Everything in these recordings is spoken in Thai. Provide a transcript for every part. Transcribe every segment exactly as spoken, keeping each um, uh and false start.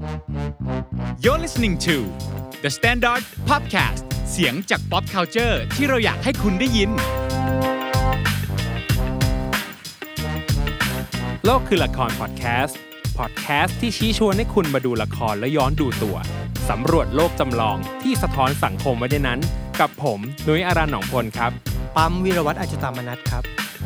You're listening to The Standard Podcast เสียงจาก Pop Culture ที่เราอยากให้คุณได้ยินโลกคือละครพอดแคสต์พอดแคสต์ที่ชี้ชวนให้คุณมาดูละครและย้อนดูตัวสำรวจโลกจำลองที่สะท้อนสังคมไว้ในนั้นกับผมนุ้ยอารันหนองพลครับปั๊มวีรวัฒน์อจุตามนัสครับ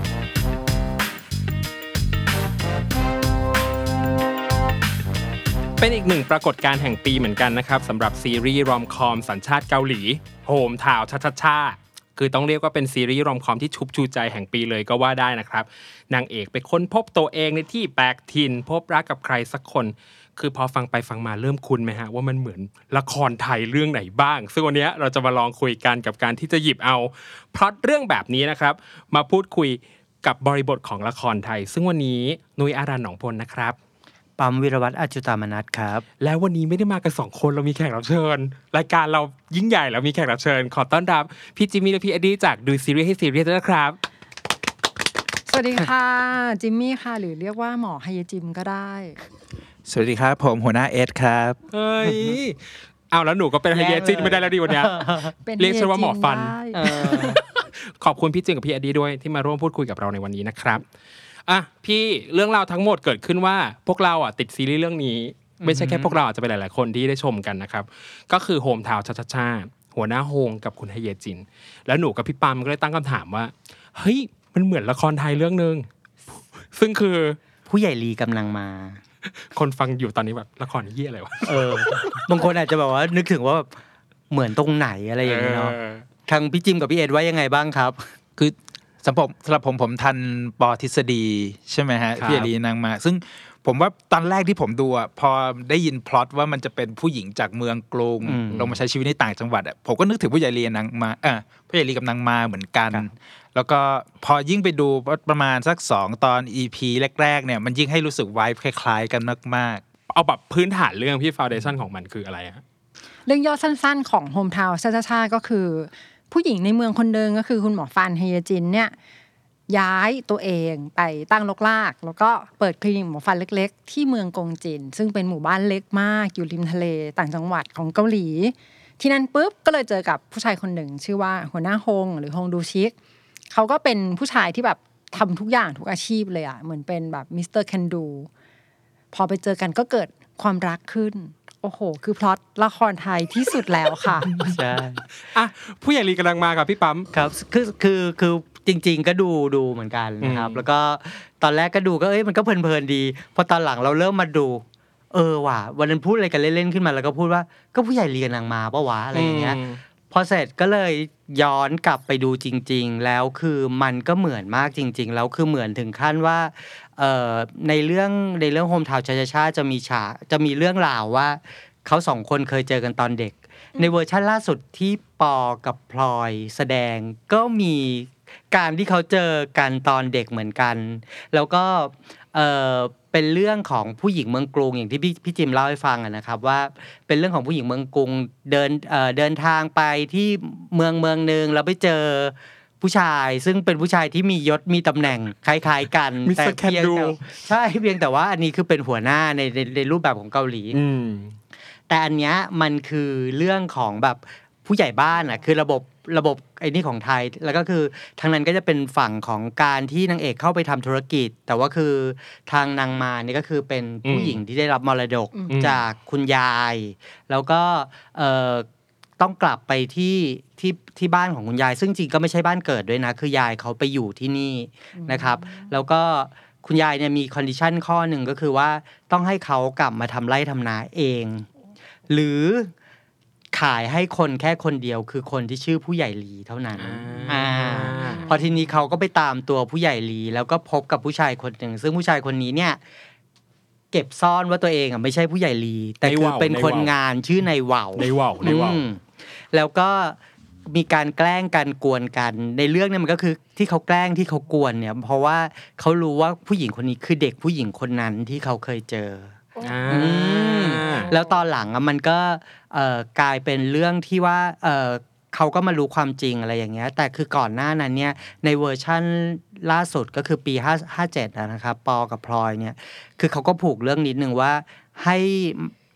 เป็นอีกหนึ่งปรากฏการณ์แห่งปีเหมือนกันนะครับสำหรับซีรีส์รอมคอมสัญชาติเกาหลีโฮมทาวน์ชัชาๆคือต้องเรียกว่าเป็นซีรีส์รอมคอมที่ชุบชูใจแห่งปีเลยก็ว่าได้นะครับนางเอกไปค้นพบตัวเองในที่แปลกถิ่นพบรักกับใครสักคนคือพอฟังไปฟังมาเริ่มคุ้นไหมฮะว่ามันเหมือนละครไทยเรื่องไหนบ้างซึ่งวันนี้เราจะมาลองคุยกันกับการที่จะหยิบเอาพล็อตเรื่องแบบนี้นะครับมาพูดคุยกับบริบทของละครไทยซึ่งวันนี้นุ้ยอารันหนองพลนะครับปั๊มวีรวัฒน์อจุตามนัสครับแล้ววันนี้ไม่ได้มากันสองคนเรามีแขกรับเชิญรายการเรายิ่งใหญ่แล้วมีแขกรับเชิญขอต้อนรับพี่จิมมี่และพี่อดีจากดูซีรีส์ให้ซีรีส์ด้วยนะครับสวัสดีค่ะจิมมี่ค่ะหรือเรียกว่าหมอไฮเยจิมก็ได้สวัสดีครับผมหัวหน้าเอสครับเฮ้ยเอาแล้วหนูก็เป็นไฮเยจิมไม่ได้แล้วดิวันนี้เรียกฉันว่าหมอฟันขอบคุณพี่จิมกับพี่อดีด้วยที่มาร่วมพูดคุยกับเราในวันนี้นะครับอ่ะพี่เรื่องราวทั้งหมดเกิดขึ้นว่าพวกเราอ่ะติดซีรีส์เรื่องนี้ไม่ใช่แค่พวกเราอาจจะเป็นหลายๆคนที่ได้ชมกันนะครับก็คือโฮมทาวน์ชัชาๆหัวหน้าโฮงกับคุณไฮเยจินแล้วหนูกับพี่ปั๊มก็เลยตั้งคำถามว่าเฮ้ยมันเหมือนละครไทยเรื่องนึงซึ่งคือผู้ใหญ่ลีกำลังมาคนฟังอยู่ตอนนี้แบบละครเหี้ยอะไรวะเออบางคนอาจจะแบบว่านึกถึงว่าแบบเหมือนตรงไหนอะไรอย่างเงี้ยเนาะทางพี่จิมกับพี่เอ็ดว่ายังไงบ้างครับคือสำหรับสำหรับผมผมทันปอทฤษฎีใช่ไหมฮะพี่อลีนางมาซึ่งผมว่าตอนแรกที่ผมดูอ่ะพอได้ยินพล็อตว่ามันจะเป็นผู้หญิงจากเมืองกรุงลงมาใช้ชีวิตในต่างจังหวัดอ่ะผมก็นึกถึงผู้ใหญ่ลีนางมาเออผู้ใหญ่ลีกับนางมาเหมือนกันแล้วก็พอยิ่งไปดูประมาณสักสองตอน อี พี แรกๆเนี่ยมันยิ่งให้รู้สึกไวบ์คล้ายๆกันมากๆเอาแบบพื้นฐานเรื่องพี่ฟาวเดชั่นของมันคืออะไรฮะเรื่องย่อสั้นๆของโฮมทาวน์ช้าๆก็คือผู้หญิงในเมืองคนนึงก็คือคุณหมอฟันไฮเยจินเนี่ยย้ายตัวเองไปตั้งรกรากแล้วก็เปิดคลินิกหมอฟันเล็กๆที่เมืองกงจินซึ่งเป็นหมู่บ้านเล็กมากอยู่ริมทะเลต่างจังหวัดของเกาหลีที่นั่นปุ๊บก็เลยเจอกับผู้ชายคนหนึ่งชื่อว่าหัวหน้าฮงหรือฮงดูชิกเขาก็เป็นผู้ชายที่แบบทำทุกอย่างทุกอาชีพเลยอ่ะเหมือนเป็นแบบมิสเตอร์แคนดูพอไปเจอกันก็เกิดความรักขึ้นโอ้โหคือพล็อตละครไทยที่สุดแล้วค่ะใช่อ่ะผู้ใหญ่ลีกำลังมากับพี่ปั๊มครับคือคือคือจริงๆก็ดูดูเหมือนกันนะครับแล้วก็ตอนแรกก็ดูก็เอ้ยมันก็เพลินๆดีพอตอนหลังเราเริ่มมาดูเออว่ะวันนั้นพูดอะไรกันเล่นๆขึ้นมาแล้วก็พูดว่าก็ผู้ใหญ่ลีกำลังมาปะวะอะไรอย่างเงี้ยพอเสร็จก็เลยย้อนกลับไปดูจริงๆแล้วคือมันก็เหมือนมากจริงๆแล้วคือเหมือนถึงขั้นว่าเอ่อในเรื่องในเรื่องโฮมทาวน์ช้าๆจะมีฉากจะมีเรื่องราวว่าเขาสองคนเคยเจอกันตอนเด็กในเวอร์ชันล่าสุดที่ปอกับพลอยแสดงก็มีการที่เขาเจอกันตอนเด็กเหมือนกันแล้วก็เอ่อเป็นเรื่องของผู้หญิงเมืองกรุงอย่างที่พี่พี่จิมเล่าให้ฟังอ่ะนะครับว่าเป็นเรื่องของผู้หญิงเมืองกรุงเดินเอ่อเดินทางไปที่เมืองเมืองนึงแล้วไปเจอผู้ชายซึ่งเป็นผู้ชายที่มียศมีตำแหน่งคล้ายๆกันแต่เพียงแต่ใช่เพียงแต่ว่าอันนี้คือเป็นหัวหน้าในในในรูปแบบของเกาหลีแต่อันเนี้ยมันคือเรื่องของแบบผู้ใหญ่บ้านอ่ะคือระบบระบบไอ้นี่ของไทยแล้วก็คือทางนั้นก็จะเป็นฝั่งของการที่นางเอกเข้าไปทำธุรกิจแต่ว่าคือทางนางมาเนี่ยก็คือเป็นผู้หญิงที่ได้รับมรดกจากคุณยายแล้วก็เอ่อต้องกลับไปที่ที่ที่บ้านของคุณยายซึ่งจริงก็ไม่ใช่บ้านเกิดด้วยนะคือยายเขาไปอยู่ที่นี่นะครับแล้วก็คุณยายเนี่ยมีคอนดิชันข้อหนึ่งก็คือว่าต้องให้เขากลับมาทำไร่ทำนาเองหรือขายให้คนแค่คนเดียวคือคนที่ชื่อผู้ใหญ่ลีเท่านั้นอ่าพอทีนี้เขาก็ไปตามตัวผู้ใหญ่ลีแล้วก็พบกับผู้ชายคนหนึ่งซึ่งผู้ชายคนนี้เนี่ยเก็บซ่อนว่าตัวเองอ่ะไม่ใช่ผู้ใหญ่ลีแต่คือเป็นคนงานชื่อนายว่าวนายว่าวนายวาวแล้วก็มีการแกล้งกันกวนกันในเรื่องเนี่ยมันก็คือที่เขาแกล้งที่เขากวนเนี่ยเพราะว่าเขารู้ว่าผู้หญิงคนนี้คือเด็กผู้หญิงคนนั้นที่เขาเคยเจอแล้วตอนหลังอ่ะมันก็เอ่อกลายเป็นเรื่องที่ว่าเอ่อเขาก็มารู้ความจริงอะไรอย่างเงี้ยแต่คือก่อนหน้านั้นเนี่ยในเวอร์ชั่นล่าสุดก็คือปีห้า ห้าเจ็ดนะครับปอกับพลอยเนี่ยคือเขาก็ผูกเรื่องนิดนึงว่าให้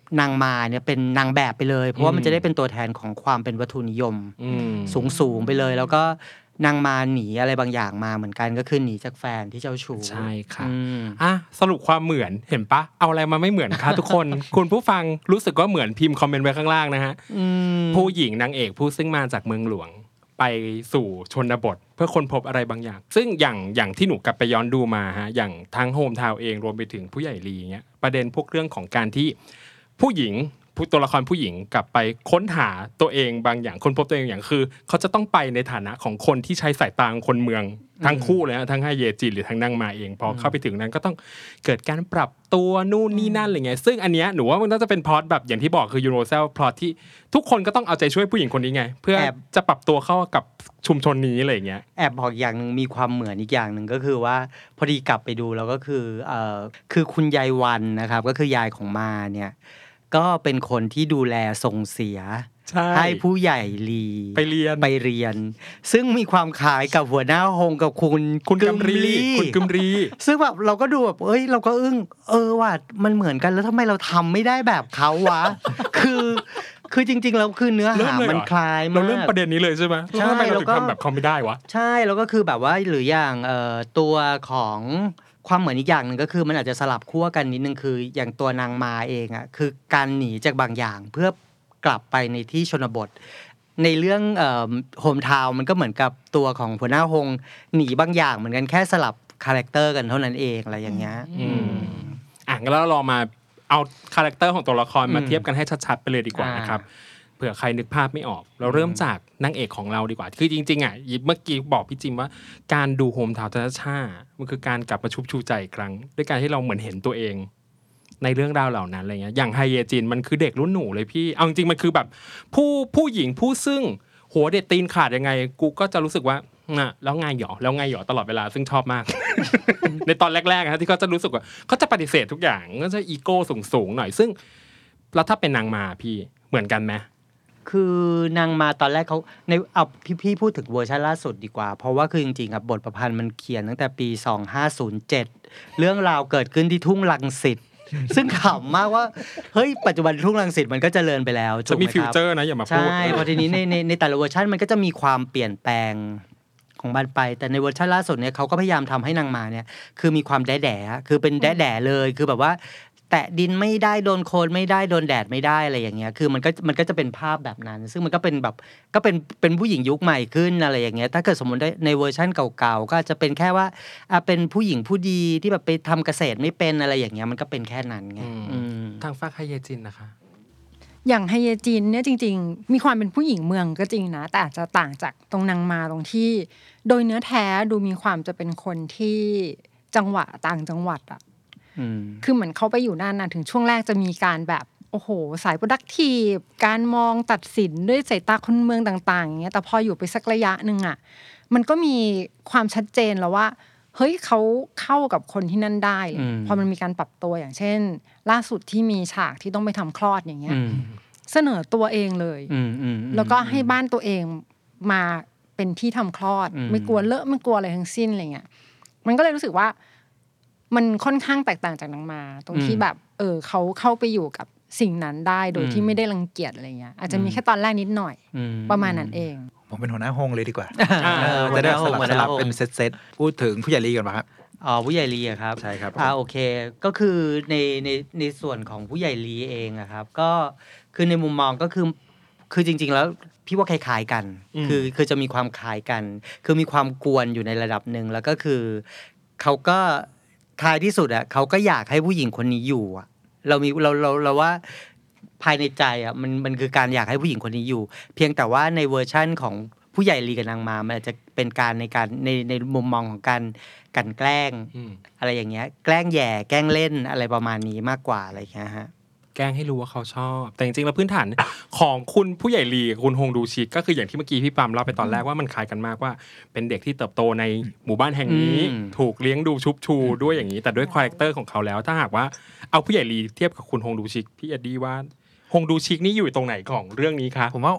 นางมาเนี่ยเป็นนางแบบไปเลยเพราะว่ามันจะได้เป็นตัวแทนของความเป็นวัตถุนิยมสูงๆไปเลยแล้วก็นางมาหนีอะไรบางอย่างมาเหมือนกันก็คือหนีจากแฟนที่เจ้าชู้ใช่ค่ะอ่ะสรุปความเหมือนเห็นปะเอาอะไรมาไม่เหมือนคะทุกคน คุณผู้ฟังรู้สึกว่าเหมือนพิมพ์คอมเมนต์ไว้ข้างล่างนะฮะผู้หญิงนางเอกผู้ซึ่งมาจากเมืองหลวงไปสู่ชนบทเพื่อค้นพบอะไรบางอย่างซึ่งอย่างอย่างที่หนูกลับไปย้อนดูมาฮะอย่างทั้งโฮมทาวน์เองรวมไปถึงผู้ใหญ่ลีเงี้ยประเด็นพวกเรื่องของการที่ผู้หญิงตัวละครผู้หญิงกลับไปค้นหาตัวเองบางอย่างค้นพบตัวเองอย่างคือเขาจะต้องไปในฐานะของคนที่ใช้สายตาของคนเมืองทั้งคู่เลยนะทั้งไฮเยจินหรือทั้งนางมาเองพอเข้าไปถึงนั้นก็ต้องเกิดการปรับตัวนู่นนี่นั่นอะไรเงี้ยซึ่งอันเนี้ยหนูว่ามันน่าจะเป็นพล็อตแบบอย่างที่บอกคือยูนิเวอร์แซลพล็อตที่ทุกคนก็ต้องเอาใจช่วยผู้หญิงคนนี้ไงเพื่อจะปรับตัวเข้ากับชุมชนนี้อะไรเงี้ยแอบบอกอย่างนึงมีความเหมือนอีกอย่างนึงก็คือว่าพอดีกลับไปดูแล้วก็คือเอ่อคือคุณยายวันนะครับก็คือยายของมาเนี่ยก็เป็นคนที่ดูแลส่งเสียให้ผู้ใหญ่ลีไปเรียนไปเรียนซึ่งมีความคล้ายกับหัวหน้าฮงกับคุณคุณกำรีคุณกำรีซึ่งแบบเราก็ดูแบบเอ้ยเราก็อึ้งเออว่ามันเหมือนกันแล้วทำไมเราทำไม่ได้แบบเขาวะ คือคือจริงๆแล้วคือเนื้อหามันคล้ายมากเราเริ่มประเด็นนี้เลยใช่ไหมทำไมเราถึงทำแบบเขาไม่ได้วะใช่แล้วก็คือแบบว่าหรืออย่างเอ่อตัวของความเหมือนอีกอย่างนึงก็คือมันอาจจะสลับขั้วกันนิดนึงคืออย่างตัวนางมาเองอ่ะคือการหนีจากบางอย่างเพื่อกลับไปในที่ชนบทในเรื่องเอ่อโฮมทาวน์มันก็เหมือนกับตัวของหัวหน้าฮงหนีบางอย่างเหมือนกันแค่สลับคาแรคเตอร์กันเท่านั้นเองอะไรอย่างเงี้ยอืมอ่ะงั้นเราลองมาเอาคาแรคเตอร์ของตัวละครมาเทียบกันให้ชัดๆไปเลยดีกว่านะครับเผื่อใครนึกภาพไม่ออกเราเริ่มจากนางเอกของเราดีกว่าคือจริงๆอ่ะเมื่อกี้บอกพี่จิมว่าการดูโฮมทาวน์ช้าๆมันคือการกลับมาชุบชูใจอีกครั้งด้วยการที่เราเหมือนเห็นตัวเองในเรื่องราวเหล่านั้นอะไรเงี้ยอย่างไฮเยจินมันคือเด็กรุ่นหนูเลยพี่เอาจริงๆมันคือแบบผู้ผู้หญิงผู้ซึ่งหัวเด็ดตีนขาดยังไงกูก็จะรู้สึกว่าน่ะแล้วไงหรอแล้วไงหรอตลอดเวลาซึ่งชอบมาก ในตอนแรกๆนะที่เขาจะรู้สึกว่าเขาจะปฏิเสธทุกอย่างก็จะอีโก้สูงๆหน่อยซึ่งแล้วถ้าเป็นนางมาพี่เหมือนกันไหมคือนางมาตอนแรกเขาในเอาพี่ๆพูดถึงเวอร์ชันล่าสุดดีกว่าเพราะว่าคือจริงๆครับบทประพันธ์มันเขียนตั้งแต่ปีสองพันห้าร้อยเจ็ดเรื่องราวเกิดขึ้นที่ทุ่งรังสิตซึ่งขำมากว่าเฮ้ยปัจจุบันทุ่งรังสิตมันก็เจริญไปแล้วจะมีฟิวเจอร์นะอย่ามาพูดใช่พอทีนี้ในในในแต่ละเวอร์ชันมันก็จะมีความเปลี่ยนแปลงของมันไปแต่ในเวอร์ชันล่าสุดเนี่ยเขาก็พยายามทำให้นางมาเนี่ยคือมีความแด่ๆคือเป็นแด่ๆเลยคือแบบว่าแตะดินไม่ได้โดนโคลนไม่ได้โดนแดดไม่ได้อะไรอย่างเงี้ยคือมันก็มันก็จะเป็นภาพแบบนั้นซึ่งมันก็เป็นแบบก็เป็นเป็นผู้หญิงยุคใหม่ขึ้นอะไรอย่างเงี้ยถ้าเกิดสมมติในเวอร์ชั่นเก่าๆก็จะเป็นแค่ว่าอ่ะเป็นผู้หญิงผู้ดีที่แบบไปทำเกษตรไม่เป็นอะไรอย่างเงี้ยมันก็เป็นแค่นั้นไงทางฝากไฮเยจินนะคะอย่างไฮเยจินเนี่ยจริงๆมีความเป็นผู้หญิงเมืองก็จริงนะแต่อาจจะต่างจากตรงนางมาตรงที่โดยเนื้อแท้ดูมีความจะเป็นคนที่จังหวะต่างจังหวัดอะคือเหมือนเขาไปอยู่นั่นนะถึงช่วงแรกจะมีการแบบโอ้โหสาย productive การมองตัดสินด้วยสายตาคนเมืองต่างๆอย่างเงี้ยแต่พออยู่ไปสักระยะนึงอ่ะมันก็มีความชัดเจนแล้วว่าเฮ้ยเขาเข้ากับคนที่นั่นได้พอมันมีการปรับตัวอย่างเช่นล่าสุดที่มีฉากที่ต้องไปทำคลอดอย่างเงี้ยเสนอตัวเองเลยแล้วก็ให้บ้านตัวเองมาเป็นที่ทำคลอดไม่กลัวเลอะไม่กลัวอะไรทั้งสิ้นอะไรเงี้ยมันก็เลยรู้สึกว่ามันค่อนข้างแตกต่างจากนางมาตรงที่แบบเออเขาเข้าไปอยู่กับสิ่งนั้นได้โดยที่ไม่ได้รังเกียจอะไรเงี้ยอาจจะมีแค่ตอนแรกนิดหน่อยประมาณนั้นเองผมเป็นหัวหน้าฮงเลยดีกว่าจะได้สลับสลับเป็นเซตเซตพูดถึงผู้ใหญ่ลีก่อนป่ะครับอ๋อผู้ใหญ่ลีอะครับใช่ครับอ่าโอเคก็คือในในในส่วนของผู้ใหญ่ลีเองอะครับก็คือในมุมมองก็คือคือจริงๆแล้วพี่ว่าคล้ายๆกันคือคือจะมีความคล้ายกันคือมีความกวนอยู่ในระดับหนึ่งแล้วก็คือเขาก็ท้ายที่สุดอ่ะเขาก็อยากให้ผู้หญิงคนนี้อยู่อ่ะเรามีเราเราเราว่าภายในใจอ่ะมันมันคือการอยากให้ผู้หญิงคนนี้อยู่เพียงแต่ว่าในเวอร์ชั่นของผู้ใหญ่ลีกับนางมามันอาจจะเป็นการในการในในมุมมองของการกันแกล้งอะไรอย่างเงี้ยแกล้งแย่แกล้งเล่นอะไรประมาณนี้มากกว่าอะไรอย่างเงี้ยฮะแกล้งให้รู้ว่าเขาชอบแต่จริงๆแล้วพื้นฐานของคุณผู้ใหญ่ลีกับคุณฮงดูชิก็คืออย่างที่เมื่อกี้พี่ปามเล่าไปตอนแรกว่ามันคล้ายกันมากว่าเป็นเด็กที่เติบโตในหมู่บ้านแห่งนี้ถูกเลี้ยงดูชุบชูด้วยอย่างนี้แต่ด้วยคาแรคเตอร์ของเขาแล้วถ้าหากว่าเอาผู้ใหญ่ลีเทียบกับคุณฮงดูชิพี่เอ็ดดี้ว่าฮงดูชินี่อยู่ตรงไหนของเรื่องนี้คะผมว่า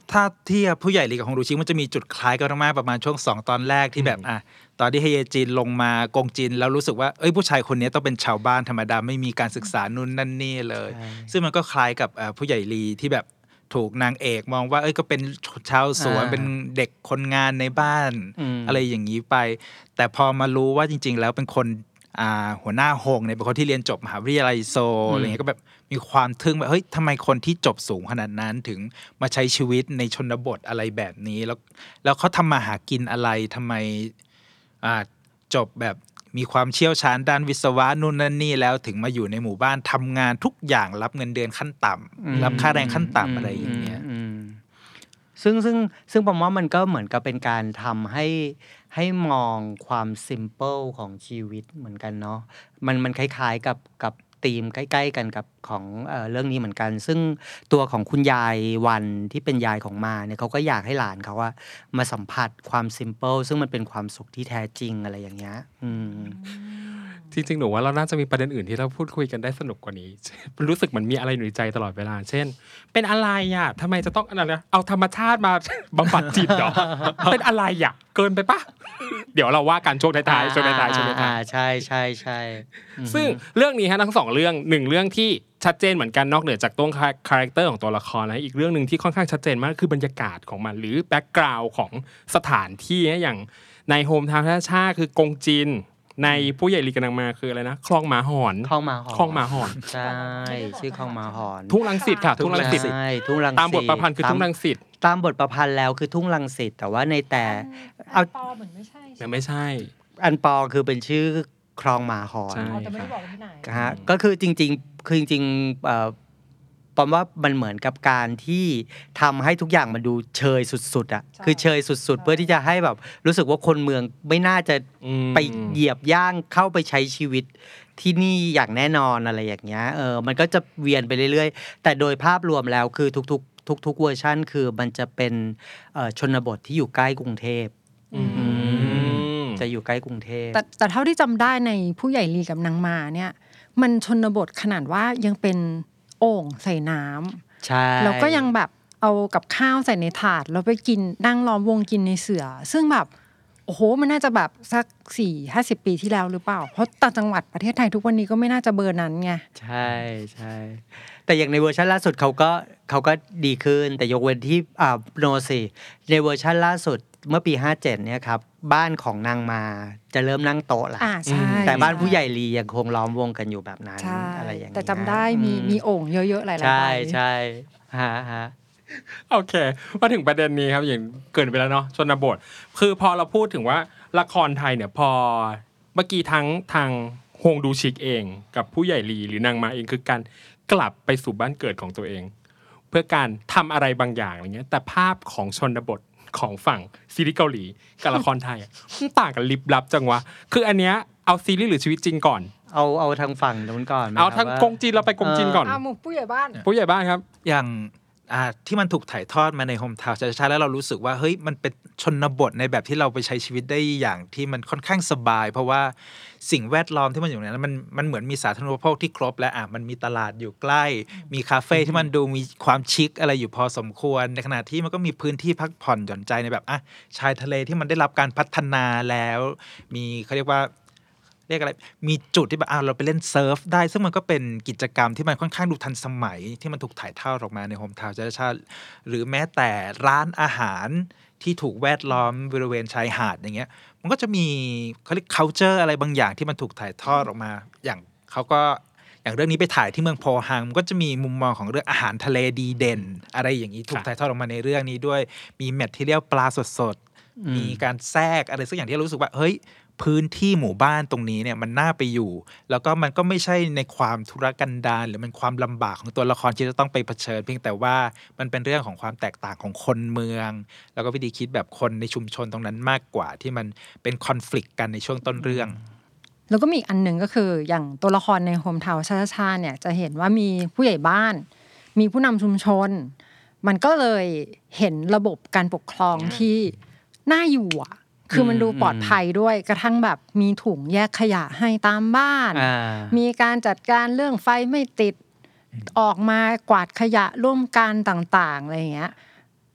ถ้าเทียบผู้ใหญ่ลีกับฮงรูชิมันจะมีจุดคล้ายกันมากประมาณช่วงสองตอนแรกที่แบบอ่ะตอนที่เฮเยจินลงมากงจินแล้วรู้สึกว่าเอ้ยผู้ชายคนนี้ต้องเป็นชาวบ้านธรรมดาไม่มีการศึกษานู่นนั่นนี่เลยซึ่งมันก็คล้ายกับผู้ใหญ่ลีที่แบบถูกนางเอกมองว่าเอ้ยก็เป็นชาวสวนเป็นเด็กคนงานในบ้านอะไรอย่างนี้ไปแต่พอมารู้ว่าจริงๆแล้วเป็นคนอ่าหัวหน้าฮงเนี่ยเป็นคนที่เรียนจบมหาวิทยาลัยโซอะไรเงี้ยก็แบบมีความทึ่งแบบเฮ้ยทำไมคนที่จบสูงขนาดนั้นถึงมาใช้ชีวิตในชนบทอะไรแบบนี้แล้วแล้วเขาทำมาหากินอะไรทำไมอ่าจบแบบมีความเชี่ยวชาญด้านวิศวะนู่นนั่นนี่แล้วถึงมาอยู่ในหมู่บ้านทำงานทุกอย่างรับเงินเดือนขั้นต่ำรับค่าแรงขั้นต่ำอะไรอย่างเงี้ยซึ่งซึ่งซึ่งผมว่ามันก็เหมือนกับเป็นการทำให้ให้มองความซิมเปิลของชีวิตเหมือนกันเนาะมันมันคล้ายๆกับกับธีมใกล้ๆกันกับของเอ่อเรื่องนี้เหมือนกันซึ่งตัวของคุณยายวันที่เป็นยายของมาเนี่ยเขาก็อยากให้หลานเขาว่ามาสัมผัสความซิมเปิลซึ่งมันเป็นความสุขที่แท้จริงอะไรอย่างเงี้ยอืมจริงๆหนูว่าเราน่าจะมีประเด็นอื่นที่เราพูดคุยกันได้สนุกกว่านี้รู้สึกเหมือนมีอะไรอยู่ในใจตลอดเวลาเช่นเป็นอะไรอ่ะทำไมจะต้องอะไรนะเอาธรรมชาติมาบำบัดจิตเหรอ เป็นอะไรอ่ะเกินไปปะเดี๋ยวเราว่ากันช่วงท้ายๆช่วงท้ายๆช่วงท้ายๆใช่ใช่ใช่ซึ่งเรื่องนี้ฮะทั้งสองเรื่องหนึ่งเรื่องที่ชัดเจนเหมือนกันนอกเหนือจากตัวคาแรคเตอร์ของตัวละครแล้วอีกเรื่องนึงที่ค่อนข้างชัดเจนมากคือบรรยากาศของมันหรือแบ็คกราวด์ของสถานที่อย่างในโฮมทาวน์ท่าชาคือกงจินในผู้ใหญ่ลีกันมาคืออะไรนะคลองหมาหอนคลองหมาหอนคลองหมาหอนใช่ชื่อคลองหมาหอนทุ่งรังสิตค่ะทุ่งรังสิตใช่ทุ่งรังสิตตามบทประพันธ์คือทุ่งรังสิตตามบทประพันธ์แล้วคือทุ่งรังสิตแต่ว่าในแต่เอาปอเหมือนไม่ใช่แต่ไม่ใช่อันปอคือเป็นชื่อคลองหมาหอนแต่ไม่ได้บอกที่ไหนฮะก็คือจริงๆคือจริงๆเอ่อปอมว่ามันเหมือนกับการที่ทำให้ทุกอย่างมันดูเชยสุดๆอ่ะคือเชยสุดๆเพื่อที่จะให้แบบรู้สึกว่าคนเมืองไม่น่าจะไปเหยียบย่างเข้าไปใช้ชีวิตที่นี่อย่างแน่นอนอะไรอย่างเงี้ยเออมันก็จะเวียนไปเรื่อยๆแต่โดยภาพรวมแล้วคือทุกๆทุกๆเวอร์ชันคือมันจะเป็นชนบทที่อยู่ใกล้กรุงเทพจะอยู่ใกล้กรุงเทพแต่แต่เท่าที่จำได้ในผู้ใหญ่ลีกับนางมาเนี่ยมันชนบทขนาดว่ายังเป็นโอ่งใส่น้ำใช่แล้วก็ยังแบบเอากับข้าวใส่ในถาดแล้วไปกินนั่งล้อมวงกินในเสื่อซึ่งแบบโอ้โหมันน่าจะแบบสักสี่ห้าสิบปีที่แล้วหรือเปล่าเพราะต่างจังหวัดประเทศไทยทุกวันนี้ก็ไม่น่าจะเบอร์นั้นไงใช่ใช่แต่อย่างในเวอร์ชันล่าสุดเขาก็เขาก็ดีขึ้นแต่ยกเว้นที่อ่าโนสิในเวอร์ชันล่าสุดเมื่อปีห้าเจ็ดเนี่ยครับบ้านของนางมาจะเริ่มนั่งโต๊ะแล้วแต่บ้านผู้ใหญ่ลียังคงล้อมวงกันอยู่แบบนั้นอะไรอย่างเงี้ยแต่จำได้มีมีโอ่งเยอะๆหลายๆใบใช่ใช่ฮะฮะโอเคมาถึงประเด็นนี้ครับอย่างเกินไปแล้วเนาะชนบทคือพอเราพูดถึงว่าละครไทยเนี่ยพอเมื่อกี้ทั้งทางฮงดูชิกเองกับผู้ใหญ่ลีหรือนางมาเองคือการกลับไปสู่บ้านเกิดของตัวเองเพื่อการทำอะไรบางอย่างอะไรเงี้ยแต่ภาพของชนบทของฝั่งซีรีส์เกาหลีกับละครไทยมันต่างกันลิบลับจังวะคืออันเนี้ยเอาซีรีส์หรือชีวิตจริงก่อนเอาเอาทางฝั่งนู้นก่อนเอาทางกงจีนเราไปกงจีนก่อนเอาผู้ใหญ่บ้านผู้ใหญ่บ้านครับอย่างอ่าที่มันถูกถ่ายทอดมาในโฮมทาวน์ช้าๆแล้วเรารู้สึกว่าเฮ้ยมันเป็นชนบทในแบบที่เราไปใช้ชีวิตได้อย่างที่มันค่อนข้างสบายเพราะว่าสิ่งแวดล้อมที่มันอยู่ในนั้นมันมันเหมือนมีสาธารณูปโภคที่ครบและอ่ะมันมีตลาดอยู่ใกล้มีคาเฟ่ที่มันดูมีความชิคอะไรอยู่พอสมควรในขณะที่มันก็มีพื้นที่พักผ่อนหย่อนใจในแบบอ่ะชายทะเลที่มันได้รับการพัฒนาแล้วมีเขาเรียกว่าเรียกอะไรมีจุดที่แบบอ่ะเราไปเล่นเซิร์ฟได้ซึ่งมันก็เป็นกิจกรรมที่มันค่อนข้างดูทันสมัยที่มันถูกถ่ายทอดออกมาในโฮมทาวน์ชาติหรือแม้แต่ร้านอาหารที่ถูกแวดล้อมบริเวณชายหาดอย่างเงี้ยมันก็จะมีเขาเรียก culture อะไรบางอย่างที่มันถูกถ่ายทอดออกมาอย่างเขาก็อย่างเรื่องนี้ไปถ่ายที่เมืองโพฮังมันก็จะมีมุมมองของเรื่องอาหารทะเลดีเด่นอะไรอย่างนี้ถูกถ่ายทอดออกมาในเรื่องนี้ด้วยมีแมทที่เรียกปลาสดๆมีการแทรกอะไรสักอย่างที่รู้สึกว่าเฮ้ยพื้นที่หมู่บ้านตรงนี้เนี่ยมันน่าไปอยู่แล้วก็มันก็ไม่ใช่ในความทุรกันดารหรือมันความลำบากของตัวละครที่จะต้องไปเผชิญเพียงแต่ว่ามันเป็นเรื่องของความแตกต่างของคนเมืองแล้วก็วิธีคิดแบบคนในชุมชนตรงนั้นมากกว่าที่มันเป็นคอนฟลิกต์กันในช่วงต้นเรื่องแล้วก็มีอีกอันหนึ่งก็คืออย่างตัวละครในโฮมทาวน์ชาๆเนี่ยจะเห็นว่ามีผู้ใหญ่บ้านมีผู้นำชุมชนมันก็เลยเห็นระบบการปกครองที่น่าอยู่อ่ะคือมันดูปลอดภัยด้วยกระทั่งแบบมีถุงแยกขยะให้ตามบ้านมีการจัดการเรื่องไฟไม่ติดออกมากวาดขยะร่วมกันต่างๆอะไรอย่างเงี้ย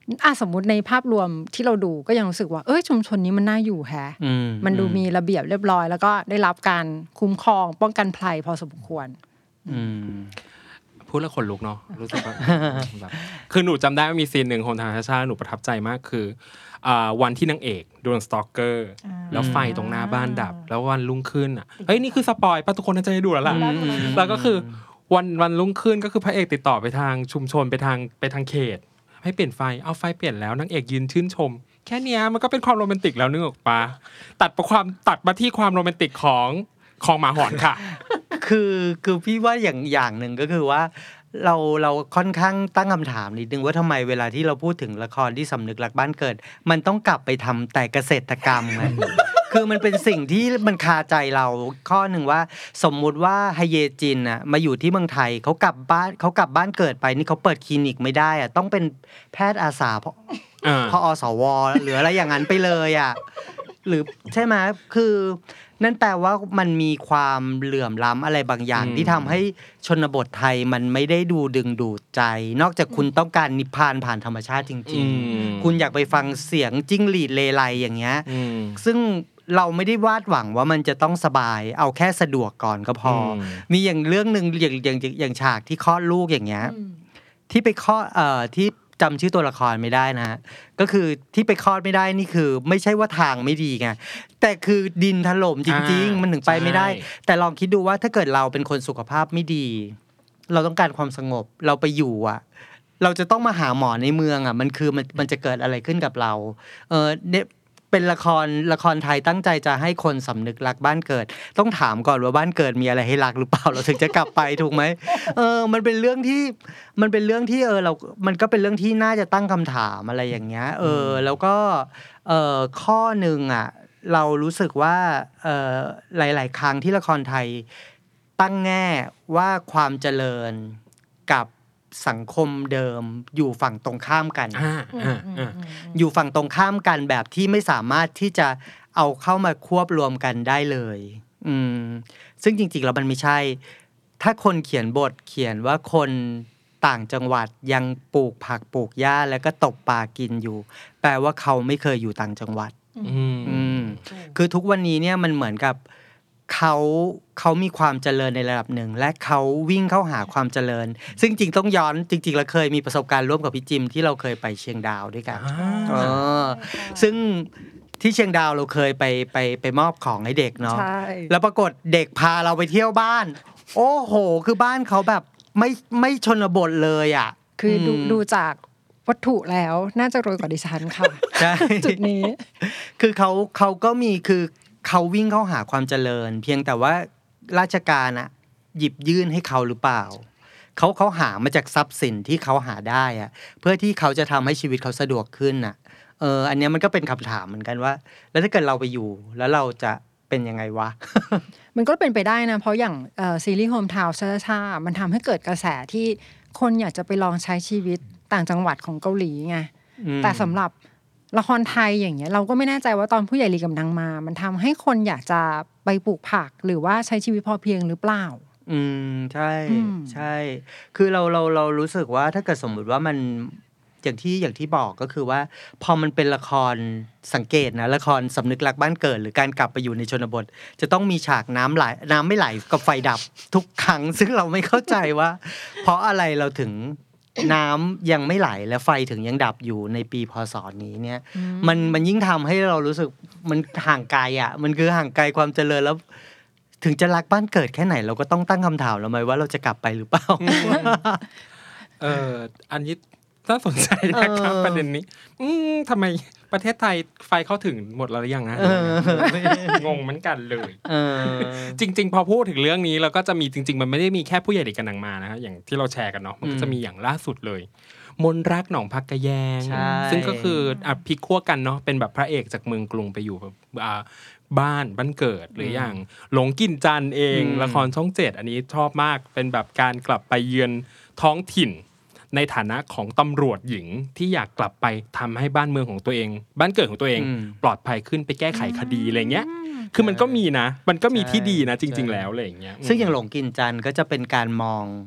อ่ะสมมุติในภาพรวมที่เราดูก็ยังรู้สึกว่าเอ้ยชุมชนนี้มันน่าอยู่แฮะมันดูมีระเบียบเรียบร้อยแล้วก็ได้รับการคุ้มครองป้องกันภัยพอสมควรพูดแล้วขนลุกเนาะรู้สึกว่าแบบคือหนูจำได้ว่ามีซีนหนึ่งของทางชาติหนูประทับใจมากคือวันที่นางเอกโดนสตอกเกอร์แล้วไฟตรงหน้าบ้านดับแล้ววันรุ่งขึ้นอ่ะเฮ้ยนี่คือสปอยป่ะทุกคนน่าจะได้ดูแล้วล่ะแล้วก็คือวันวันรุ่งขึ้นก็คือพระเอกติดต่อไปทางชุมชนไปทางไปทางเขตให้เปลี่ยนไฟเอาไฟเปลี่ยนแล้วนางเอกยืนชื่นชมแค่เนี้ยมันก็เป็นความโรแมนติกแล้วนึกออกปะตัดไปความตัดมาที่ความโรแมนติกของของหมาหอนค่ะคือคือพี่ว่าอย่างอย่างหนึ่งก็คือว่าเราเราค่อนข้างตั้งคำถามนิดนึงว่าทำไมเวลาที่เราพูดถึงละครที่สำนึกรักบ้านเกิดมันต้องกลับไปทำแต่เกษตรกรรมไง คือมันเป็นสิ่งที่มันคาใจเราข้อหนึ่งว่าสมมุติว่าไฮเยจินอ่ะมาอยู่ที่เมืองไทยเขากลับบ้านเขากลับบ้านเกิดไปนี่เขาเปิดคลินิกไม่ได้อ่ะต้องเป็นแพทย์อาสาพพอสวหรืออะไรอย่างนั้นไปเลยอ่ะหรือใช่ไหมคือนั่นแปลว่ามันมีความเหลื่อมล้ำอะไรบางอย่างที่ทำให้ชนบทไทยมันไม่ได้ดูดึงดูดใจนอกจากคุณต้องการนิพพานผ่านธรรมชาติจริงๆคุณอยากไปฟังเสียงจิ้งหรีดเลไลอย่างเงี้ยซึ่งเราไม่ได้วาดหวังว่ามันจะต้องสบายเอาแค่สะดวกก่อนก็พอมีอย่างเรื่องนึงอย่างอย่างอย่างฉากที่คลอดลูกอย่างเงี้ยที่ไปคลอดเอ่อที่จำชื่อตัวละครไม่ได้นะฮะก็คือที่ไปคลอดไม่ได้นี่คือไม่ใช่ว่าทางไม่ดีไงแต่คือดินถล่มจริงๆมันถึงไปไม่ได้แต่ลองคิดดูว่าถ้าเกิดเราเป็นคนสุขภาพไม่ดีเราต้องการความสงบเราไปอยู่อ่ะเราจะต้องมาหาหมอในเมืองอ่ะมันคือมันมันจะเกิดอะไรขึ้นกับเราเออเนี่ยเป็นละครละครไทยตั้งใจจะให้คนสำนึกรักบ้านเกิดต้องถามก่อนว่าบ้านเกิดมีอะไรให้รักหรือเปล่าเราถึงจะกลับไปถูกไหมเออมันเป็นเรื่องที่มันเป็นเรื่องที่เออเรามันก็เป็นเรื่องที่น่าจะตั้งคำถามอะไรอย่างเงี้ยเออแล้วก็เออข้อหนึ่งอ่ะเรารู้สึกว่าเออหลายๆครั้งที่ละครไทยตั้งแง่ว่าความเจริญกับสังคมเดิมอยู่ฝั่งตรงข้ามกันอยู่ฝั่งตรงข้ามกันแบบที่ไม่สามารถที่จะเอาเข้ามาควบรวมกันได้เลยอืมซึ่งจริงๆแล้วมันไม่ใช่ถ้าคนเขียนบทเขียนว่าคนต่างจังหวัดยังปลูกผักปลูกหญ้าแล้วก็ตกปลากินอยู่แปลว่าเขาไม่เคยอยู่ต่างจังหวัดอืมคือทุกวันนี้เนี่ยมันเหมือนกับเขาเขามีความเจริญในระดับหนึ่งและเขาวิ่งเข้าหาความเจริญซึ่งจริงต้องย้อนจริงๆเราเคยมีประสบการณ์ร่วมกับพี่จิมที่เราเคยไปเชียงดาวด้วยกันเออซึ่งที่เชียงดาวเราเคยไปไปไปมอบของให้เด็กเนาะแล้วปรากฏเด็กพาเราไปเที่ยวบ้านโอ้โหคือบ้านเขาแบบไม่ไม่ชนบทเลยอ่ะคือดูดูจากวัตถุแล้วน่าจะรวยกว่าดิฉันค่ะใช่จุดนี้คือเขาเขาก็มีคือเขาวิ่งเข้าหาความเจริญเพียงแต่ว่าราชการอะหยิบยื่นให้เขาหรือเปล่าเขาเขาหามาจากทรัพย์สินที่เขาหาได้อะเพื่อที่เขาจะทำให้ชีวิตเขาสะดวกขึ้นน่ะเอออันนี้มันก็เป็นคำถามเหมือนกันว่าแล้วถ้าเกิดเราไปอยู่แล้วเราจะเป็นยังไงวะมันก็เป็นไปได้นะเพราะอย่างซีรีส์โฮมทาวน์ชาๆมันทำให้เกิดกระแสที่คนอยากจะไปลองใช้ชีวิตต่างจังหวัดของเกาหลีไงแต่สำหรับละครไทยอย่างเงี้ยเราก็ไม่แน่ใจว่าตอนผู้ใหญ่ลีกำลังมามันทำให้คนอยากจะไปปลูกผักหรือว่าใช้ชีวิตพอเพียงหรือเปล่าอืมใช่ใช่คือเราเราเรารู้สึกว่าถ้าเกิดสมมุติว่ามันอย่างที่อย่างที่บอกก็คือว่าพอมันเป็นละครสังเกตนะละครสำนึกรักบ้านเกิดหรือการกลับไปอยู่ในชนบทจะต้องมีฉากน้ำไหลน้ำไม่ไหลกับไฟดับทุกครั้งซึ่งเราไม่เข้าใจว่าเพราะอะไรเราถึงน้ำยังไม่ไหลและไฟถึงยังดับอยู่ในปีพศนี้เนี่ยมันมันยิ่งทำให้เรารู้สึกมันห่างไกลอ่ะมันคือห่างไกลความเจริญแล้วถึงจะรักบ้านเกิดแค่ไหนเราก็ต้องตั้งคำถามแล้วไหมว่าเราจะกลับไปหรือเปล่าเอออันนี้น่าสนใจนะครับประเด็นนี้อืมทำไมประเทศไทยไฟเข้าถึงหมดแล้วหรือยังนะงงเหมือนกันเลยจริงๆพอพูดถึงเรื่องนี้เราก็จะมีจริงๆมันไม่ได้มีแค่ผู้ใหญ่เด็กกันหนังมานะฮะอย่างที่เราแชร์กันเนาะมันก็จะมีอย่างล่าสุดเลยมนรักหนองพักกะแยงซึ่งก็คืออ่ะพลิกขั้วกันเนาะเป็นแบบพระเอกจากเมืองกรุงไปอยู่อ่าบ้านบ้านเกิดหรืออย่างหลงกินจันเองละครช่องเจ็ดอันนี้ชอบมากเป็นแบบการกลับไปเยือนท้องถิ่นในฐานะของตำรวจหญิงที่อยากกลับไปทำให้บ้านเมืองของตัวเองบ้านเกิดของตัวเองปลอดภัยขึ้นไปแก้ไขคดีอะไรเงี้ยคือมันก็มีนะมันก็มีที่ดีนะจริงๆแล้วอะไรอย่างเงี้ยซึ่งอย่างหลงกินจันก็จะเป็นการมอง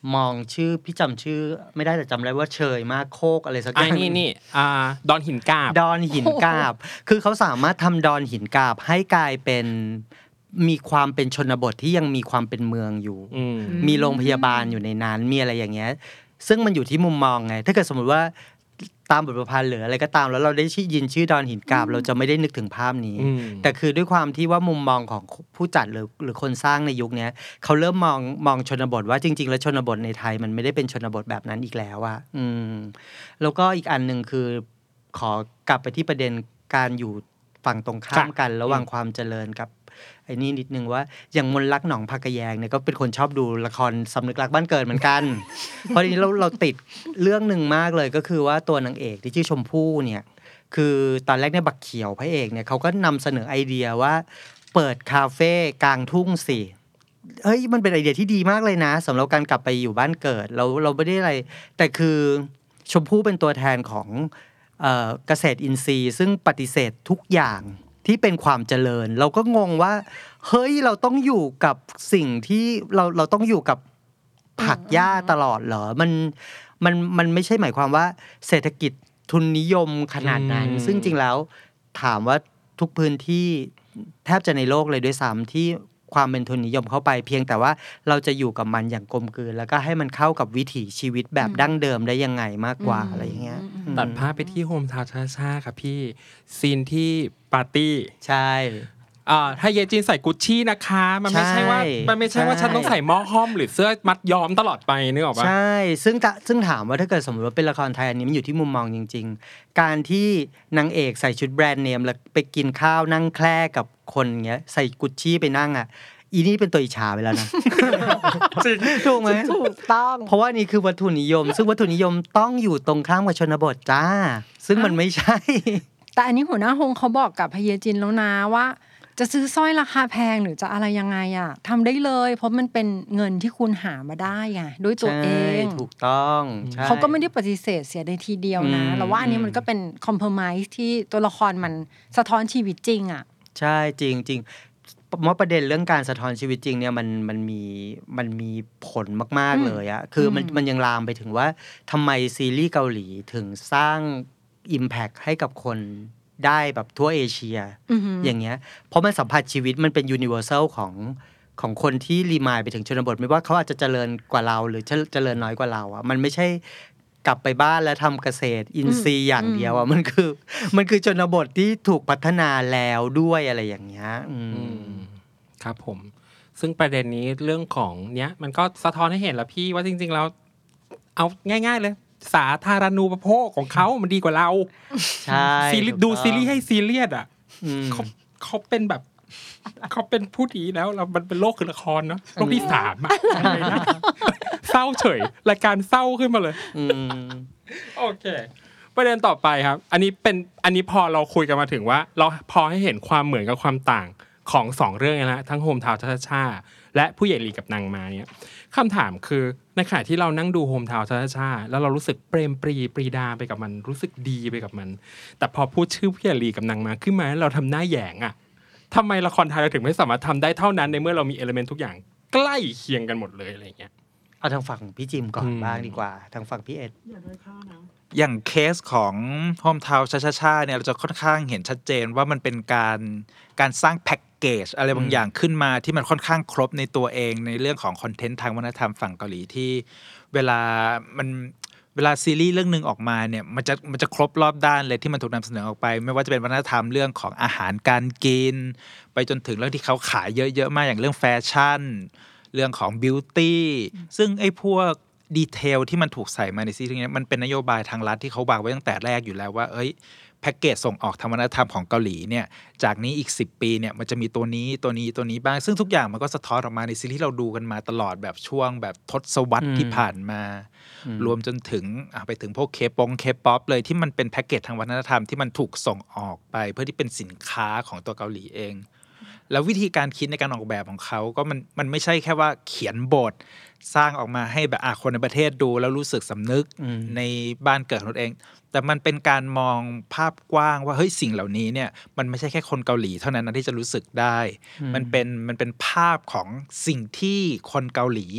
มองชื่อพี่จำชื่อไม่ได้แต่จำได้ว่าเชยมากโคกอะไรสักอไอ้ย่างนี่นี่อ่าดอนหินกาบดอนหินกาบ คือเขาสามารถทำดอนหินกาบให้กลายเป็นมีความเป็นชนบทที่ยังมีความเป็นเมืองอยู่อืมมีโรงพยาบาลอยู่ในนั้นมีอะไรอย่างเงี้ยซึ่งมันอยู่ที่มุมมองไงถ้าเกิดสมมติว่าตามบทประพันธ์หรืออะไรก็ตามแล้วเราได้ยินชื่อดอนหินกาบเราจะไม่ได้นึกถึงภาพนี้อืมแต่คือด้วยความที่ว่ามุมมองของผู้จัดหรือหรือคนสร้างในยุคนี้เขาเริ่มมองมองชนบทว่าจริงๆแล้วชนบทในไทยมันไม่ได้เป็นชนบทแบบนั้นอีกแล้วอะอืมแล้วก็อีกอันหนึ่งคือขอกลับไปที่ประเด็นการอยู่ฝั่งตรงข้ามกันระหว่างความเจริญกับไอ้นี่นิดนึงว่าอย่างมนลักหนองผักกะแยงเนี่ยก็เป็นคนชอบดูละครสำนึกรักบ้านเกิดเหมือนกัน เพราะทีนี้เราเราติดเรื่องหนึ่งมากเลยก็คือว่าตัวนางเอกที่ชื่อชมพู่เนี่ยคือตอนแรกเนี่ยบักเขียวพระเอกเนี่ยเขาก็นำเสนอไอเดียว่าเปิดคาเฟ่กลางทุ่งสิเฮ้ยมันเป็นไอเดียที่ดีมากเลยนะสำหรับการกลับไปอยู่บ้านเกิดเราเราไม่ได้อะไรแต่คือชมพู่เป็นตัวแทนของเอ่อเกษตรอินทรีย์ซึ่งปฏิเสธทุกอย่างที่เป็นความเจริญเราก็งงว่าเฮ้ยเราต้องอยู่กับสิ่งที่เราเราต้องอยู่กับผักหญ้าตลอดเหรอมันมันมันไม่ใช่หมายความว่าเศรษฐกิจทุนนิยมขนาดนั้นซึ่งจริงแล้วถามว่าทุกพื้นที่แทบจะในโลกเลยด้วยซ้ำที่ความเป็นทุนนิยมเข้าไปเพียงแต่ว่าเราจะอยู่กับมันอย่างกลมกลืนแล้วก็ให้มันเข้ากับวิถีชีวิตแบบดั้งเดิมได้ยังไงมากกว่าอะไรอย่างเงี้ยตัดภาพไปที่โฮมทาวน์ช้าๆครับพี่ซีนที่ปาร์ตี้ใช่อ่าถ้าเยจินใส่กุชชี่นะคะมันไม่ใช่ว่ามันไม่ใช่ว่าฉันต้องใส่หม้อห้อมหรือเสื้อมัดย้อมตลอดไปนึกออกปะใช่ซึ่งซึ่งถามว่าถ้าเกิดสมมติว่าเป็นละครไทยอันนี้มันอยู่ที่มุมมองจริงๆการที่นางเอกใส่ชุดแบรนด์เนมแล้วไปกินข้าวนั่งแคร่กับคนเงี้ยใส่กุชชี่ไปนั่งอ่ะอีนี่เป็นตัวอิจฉาไปแล้วนะจริงถูกไหมถูกต้องเพราะว่านี่คือวัตถุนิยม ซึ่งวัตถุนิยมต้องอยู่ตรงข้ามกับชนบทจ้าซึ่งมันไม่ใช่แต่อันนี้หัวหน้าฮงเขาบอกกับพเยจินแล้วนะว่าจะซื้อสร้อยราคาแพงหรือจะอะไรยังไงอ่ะทำได้เลยเพราะมันเป็นเงินที่คุณหามาได้ไงด้วยตัวเองถูกต้องใช่เขาก็ไม่ได้ปฏิเสธเสียในทีเดียวนะอืมแล้วว่าอันนี้มันก็เป็นคอมเพลมไพร์ที่ตัวละครมันสะท้อนชีวิตจริงอ่ะใช่จริงจริงเมื่อประเด็นเรื่องการสะท้อนชีวิตจริงเนี่ยมันมันมีมันมีผลมากๆเลยอะคือมันมันยังลามไปถึงว่าทำไมซีรีส์เกาหลีถึงสร้าง Impact ให้กับคนได้แบบทั่วเอเชียอือหืออย่างเงี้ยเพราะมันสัมผัสชีวิตมันเป็นยูนิเวอร์แซลของของคนที่รีมายไปถึงชนบทไม่ว่าเขาอาจจะเจริญกว่าเราหรือเจริญน้อยกว่าเราอะมันไม่ใช่กลับไปบ้านแล้วทำเกษตรอินทรีย์อย่างเดียวอ่ะมันคือมันคือชนบทที่ถูกพัฒนาแล้วด้วยอะไรอย่างเงี้ยอืมครับผมซึ่งประเด็นนี้เรื่องของเนี้ยมันก็สะท้อนให้เห็นแล้วพี่ว่าจริงๆแล้วเอาง่ายๆเลยสาธารณูปโภคของเขามันดีกว่าเราใช่ซีรีส์ดูซีรีส์ให้ซีเรียสอ่ะอืมเขาเขาเป็นแบบเขาเป็นผู้ดีแล้วเรามันเป็นโลกคือละครเนาะโลกที่สามอะอะไรนะเศร้าเฉยรายการเศร้าขึ้นมาเลยอืมโอเคประเด็นต่อไปครับอันนี้เป็นอันนี้พอเราคุยกันมาถึงว่าเราพอให้เห็นความเหมือนกับความต่างของสองเรื่องนะทั้งโฮมทาวน์ชาชาและผู้ใหญ่ลีกับนางมาเนี่ยคำถามคือในขณะที่เรานั่งดูโฮมทาวน์ชาชาแล้วเรารู้สึกเปรมปรีปรีดาไปกับมันรู้สึกดีไปกับมันแต่พอพูดชื่อผู้ใหญ่ลีกับนางมาขึ้นมาเราทำหน้าแหยงอะทำไมละครไทยเราถึงไม่สามารถทำได้เท่านั้นในเมื่อเรามีเอลิเมนต์ทุกอย่างใกล้เคียงกันหมดเลยอะไรอย่างเงี้ยเอาทางฝั่งพี่จิมก่อนอืมบ้างดีกว่า ทางฝั่งพี่เอ็ดอย่างเคสของโฮมทาวน์ชาชาชาเนี่ยเราจะค่อนข้างเห็นชัดเจนว่ามันเป็นการการสร้างแพ็กเกจอะไรบางอย่างขึ้นมาที่มันค่อนข้างครบในตัวเองในเรื่องของคอนเทนต์ทางวัฒนธรรมฝั่งเกาหลีที่เวลามันเวลาซีรีส์เรื่องนึงออกมาเนี่ยมันจะมันจะครบรอบด้านเลยที่มันถูกนำเสนอออกไปไม่ว่าจะเป็นวัฒนธรรมเรื่องของอาหารการกินไปจนถึงเรื่องที่เขาขายเยอะๆมากอย่างเรื่องแฟชั่นเรื่องของบิวตี้ซึ่งไอ้พวกดีเทลที่มันถูกใส่มาในซีรีส์นี้มันเป็นนโยบายทางรัฐที่เขาวางไว้ตั้งแต่แรกอยู่แล้วว่าเอ้ยแพ็กเกจส่งออกทางวัฒนธรรมของเกาหลีเนี่ยจากนี้อีกสิบปีเนี่ยมันจะมีตัวนี้ตัวนี้ตัวนี้บ้างซึ่งทุกอย่างมันก็สะท้อนออกมาในซีรีส์ที่เราดูกันมาตลอดแบบช่วงแบบทศวรรษที่ผ่านมารวมจนถึงไปถึงพวกเคปงเคป๊อปเลยที่มันเป็นแพ็กเกจทางวัฒนธรรมที่มันถูกส่งออกไปเพื่อที่เป็นสินค้าของตัวเกาหลีเองแล้ววิธีการคิดในการออกแบบของเขาก็มันมันไม่ใช่แค่ว่าเขียนบทสร้างออกมาให้แบบคนในประเทศดูแล้วรู้สึกสำนึกในบ้านเกิดของตัวเองแต่มันเป็นการมองภาพกว้างว่าเฮ้ยสิ่งเหล่านี้เนี่ยมันไม่ใช่แค่คนเกาหลีเท่านั้นนะที่จะรู้สึกได้มันเป็นมันเป็นภาพของสิ่งที่คนเกาหลี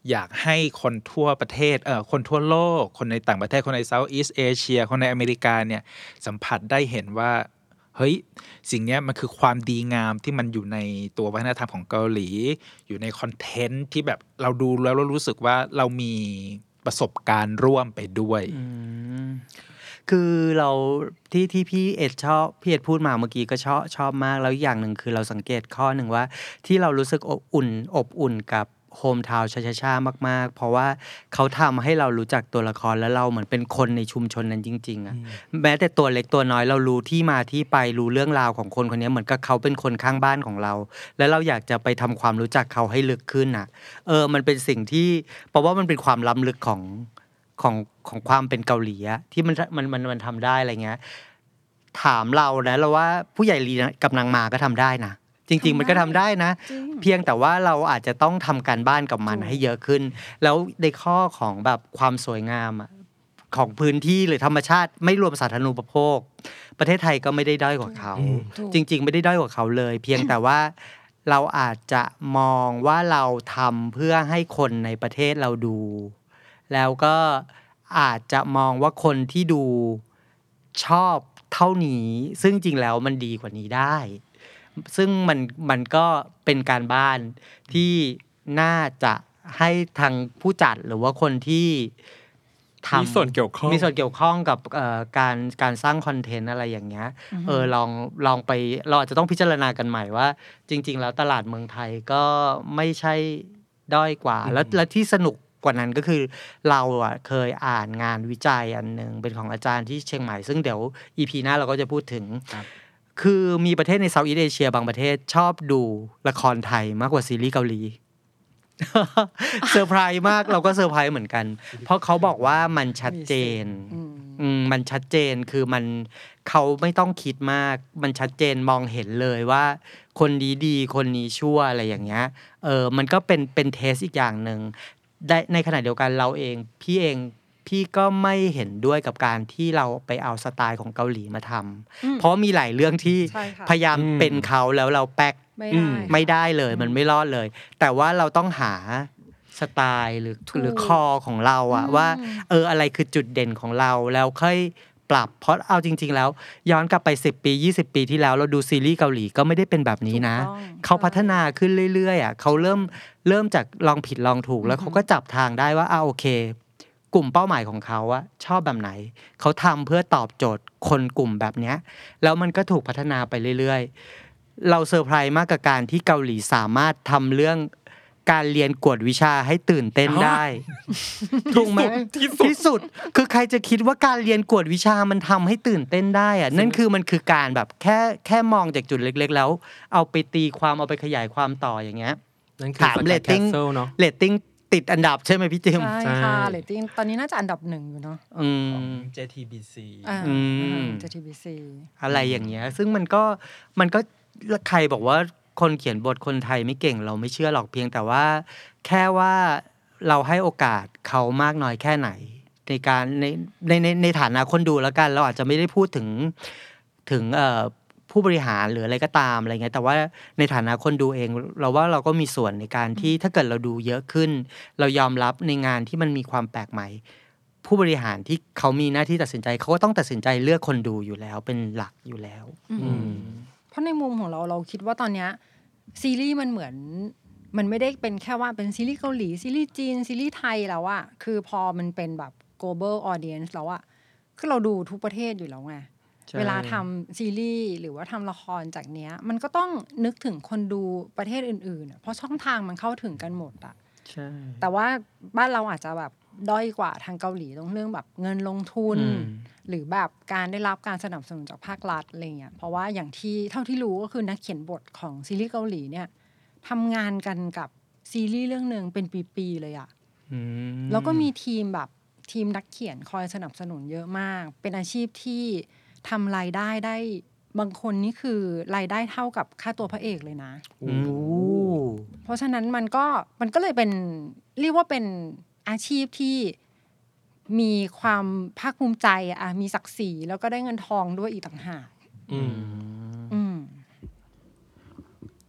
อยากให้คนทั่วประเทศเอ่อคนทั่วโลกคนในต่างประเทศคนใน Southeast Asia คนในอเมริกาเนี่ยสัมผัสได้เห็นว่าเฮ้ยสิ่งนี้มันคือความดีงามที่มันอยู่ในตัววัฒนธรรมของเกาหลีอยู่ในคอนเทนต์ที่แบบเราดูแล้วเรารู้สึกว่าเรามีประสบการณ์ร่วมไปด้วยคือเราที่ที่พี่เอ็ดชอบพี่เอ็ดพูดมาเมื่อกี้ก็ชอบชอบมากแล้วอย่างหนึ่งคือเราสังเกตข้อหนึ่งว่าที่เรารู้สึกอบอุ่นอบอุ่นกับโฮมทาวน์ชาชาชามากๆเพราะว่าเขาทำให้เรารู้จักตัวละครแล้วเราเหมือนเป็นคนในชุมชนนั้นจริงๆอ่ะแม้แต่ตัวเล็กตัวน้อยเรารู้ที่มาที่ไปรู้เรื่องราวของคนคนนี้เหมือนกับเขาเป็นคนข้างบ้านของเราแล้วเราอยากจะไปทำความรู้จักเขาให้ลึกขึ้นอ่ะเออมันเป็นสิ่งที่เพราะว่ามันเป็นความล้ำลึกของของของความเป็นเกาหลีอะที่มันมันมันมันทำได้อะไรเงี้ยถามเรานะเราว่าผู้ใหญ่ลีกับนางมาก็ทำได้นะจริงๆมันก็ทำได้นะเพียงแต่ว่าเราอาจจะต้องทำการบ้านกับมันให้เยอะขึ้นแล้วในข้อของแบบความสวยงามของพื้นที่หรือธรรมชาติไม่รวมสาธารณูปโภคประเทศไทยก็ไม่ได้ด้อยกว่าเขาจริงๆไม่ได้ด้อยกว่าเขาเลยเพียงแต่ว่าเราอาจจะมองว่าเราทำเพื่อให้คนในประเทศเราดูแล้วก็อาจจะมองว่าคนที่ดูชอบเท่านี้ซึ่งจริงแล้วมันดีกว่านี้ได้ซึ่งมันมันก็เป็นการบ้านที่น่าจะให้ทางผู้จัดหรือว่าคนที่ทำมีส่วนเกี่ยวข้องมีส่วนเกี่ยวข้องกับการการสร้างคอนเทนต์อะไรอย่างเงี้ยเออลองลองไปเราอาจจะต้องพิจารณากันใหม่ว่าจริงๆแล้วตลาดเมืองไทยก็ไม่ใช่ด้อยกว่าแล้วและที่สนุกกว่านั้นก็คือเราอ่ะเคยอ่านงานวิจัยอันนึงเป็นของอาจารย์ที่เชียงใหม่ซึ่งเดี๋ยว อี พี หน้าเราก็จะพูดถึงคือมีประเทศในเซาท์อีสต์เอเชียบางประเทศชอบดูละครไทยมากกว่าซีรีส์เกาหลี เซอร์ไพรส์มากเราก็เซอร์ไพรส์เหมือนกันเพราะเขาบอกว่ามันชัดเจนอืมมันชัดเจนคือมันเขาไม่ต้องคิดมากมันชัดเจนมองเห็นเลยว่าคนนี้ดีคนนี้ชั่วอะไรอย่างเงี้ยเออมันก็เป็นเป็นเทสอีกอย่างนึงได้ในขณะเดียวกันเราเองพี่เองพี่ก็ไม่เห็นด้วยกับการที่เราไปเอาสไตล์ของเกาหลีมาทำเพราะมีหลายเรื่องที่พยายามเป็นเขาแล้วเราแป๊กไม่ได้เลยมันไม่รอดเลยแต่ว่าเราต้องหาสไตล์หรือหรือคอของเราอะว่าเอออะไรคือจุดเด่นของเราแล้วค่อยปรับเพราะเอาจริงๆแล้วย้อนกลับไปสิบปียี่สิบปีที่แล้วเราดูซีรีส์เกาหลีก็ไม่ได้เป็นแบบนี้นะเขาพัฒนาขึ้นเรื่อยๆอ่ะเขาเริ่มเริ่มจากลองผิดลองถูกแล้วเขาก็จับทางได้ว่าอ่าโอเคกลุ่มเป้าหมายของเขาอะชอบแบบไหนเขาทำเพื่อตอบโจทย์คนกลุ่มแบบเนี้ยแล้วมันก็ถูกพัฒนาไปเรื่อยๆเราเซอร์ไพรส์มากกับการที่เกาหลีสามารถทำเรื่องการเรียนกวดวิชาให้ตื่นเต้นได้ถูกไหมที่สุดคือใครจะคิดว่าการเรียนกวดวิชามันทำให้ตื่นเต้นได้อะนั่นคือมันคือการแบบแค่แค่มองจากจุดเล็กๆแล้วเอาไปตีความเอาไปขยายความต่ออย่างเงี้ยถามเรตติ้งเรตติ้งติดอันดับใช่ไหมพี่จิมใช่ค่ะเรตติ้งตอนนี้น่าจะอันดับหนึ่งอยู่เนาะของ เจ ที บี ซีอืมเจ ที บี ซีอะไรอย่างเงี้ยซึ่งมันก็มันก็ใครบอกว่าคนเขียนบทคนไทยไม่เก่งเราไม่เชื่อหรอกเพียงแต่ว่าแค่ว่าเราให้โอกาสเขามากน้อยแค่ไหนในการในในในในฐานะคนดูแล้วกันเราอาจจะไม่ได้พูดถึงถึงเอ่อผู้บริหารหรืออะไรก็ตามอะไรเงี้ยแต่ว่าในฐานะคนดูเองเราว่าเราก็มีส่วนในการที่ถ้าเกิดเราดูเยอะขึ้นเรายอมรับในงานที่มันมีความแปลกใหม่ผู้บริหารที่เขามีหน้าที่ตัดสินใจเขาก็ต้องตัดสินใจเลือกคนดูอยู่แล้วเป็นหลักอยู่แล้วเพราะในมุมของเราเราคิดว่าตอนเนี้ยซีรีส์มันเหมือนมันไม่ได้เป็นแค่ว่าเป็นซีรีส์เกาหลีซีรีส์จีนซีรีส์ไทยแล้วอะคือพอมันเป็นแบบ global audience แล้วอะคือเราดูทุกประเทศอยู่แล้วไงเวลาทำซีรีส์หรือว่าทำละครจากเนี้ยมันก็ต้องนึกถึงคนดูประเทศอื่นๆเพราะช่องทางมันเข้าถึงกันหมดอะใช่แต่ว่าบ้านเราอาจจะแบบด้อยกว่าทางเกาหลีตรงเรื่องแบบเงินลงทุนหรือแบบการได้รับการสนับสนุนจากภาครัฐอะไรเงี้ยเพราะว่าอย่างที่เท่าที่รู้ก็คือนักเขียนบทของซีรีส์เกาหลีเนี่ยทำงานกันกับซีรีส์เรื่องนึงเป็นปีๆเลยอะแล้วก็มีทีมแบบทีมนักเขียนคอยสนับสนุนเยอะมากเป็นอาชีพที่ทำรายได้ได้บางคนนี่คือรายได้เท่ากับค่าตัวพระเอกเลยนะเพราะฉะนั้นมันก็มันก็เลยเป็นเรียกว่าเป็นอาชีพที่มีความภาคภูมิใจอ่ะมีศักดิ์ศรีแล้วก็ได้เงินทองด้วยอีกต่างหากอืมอืม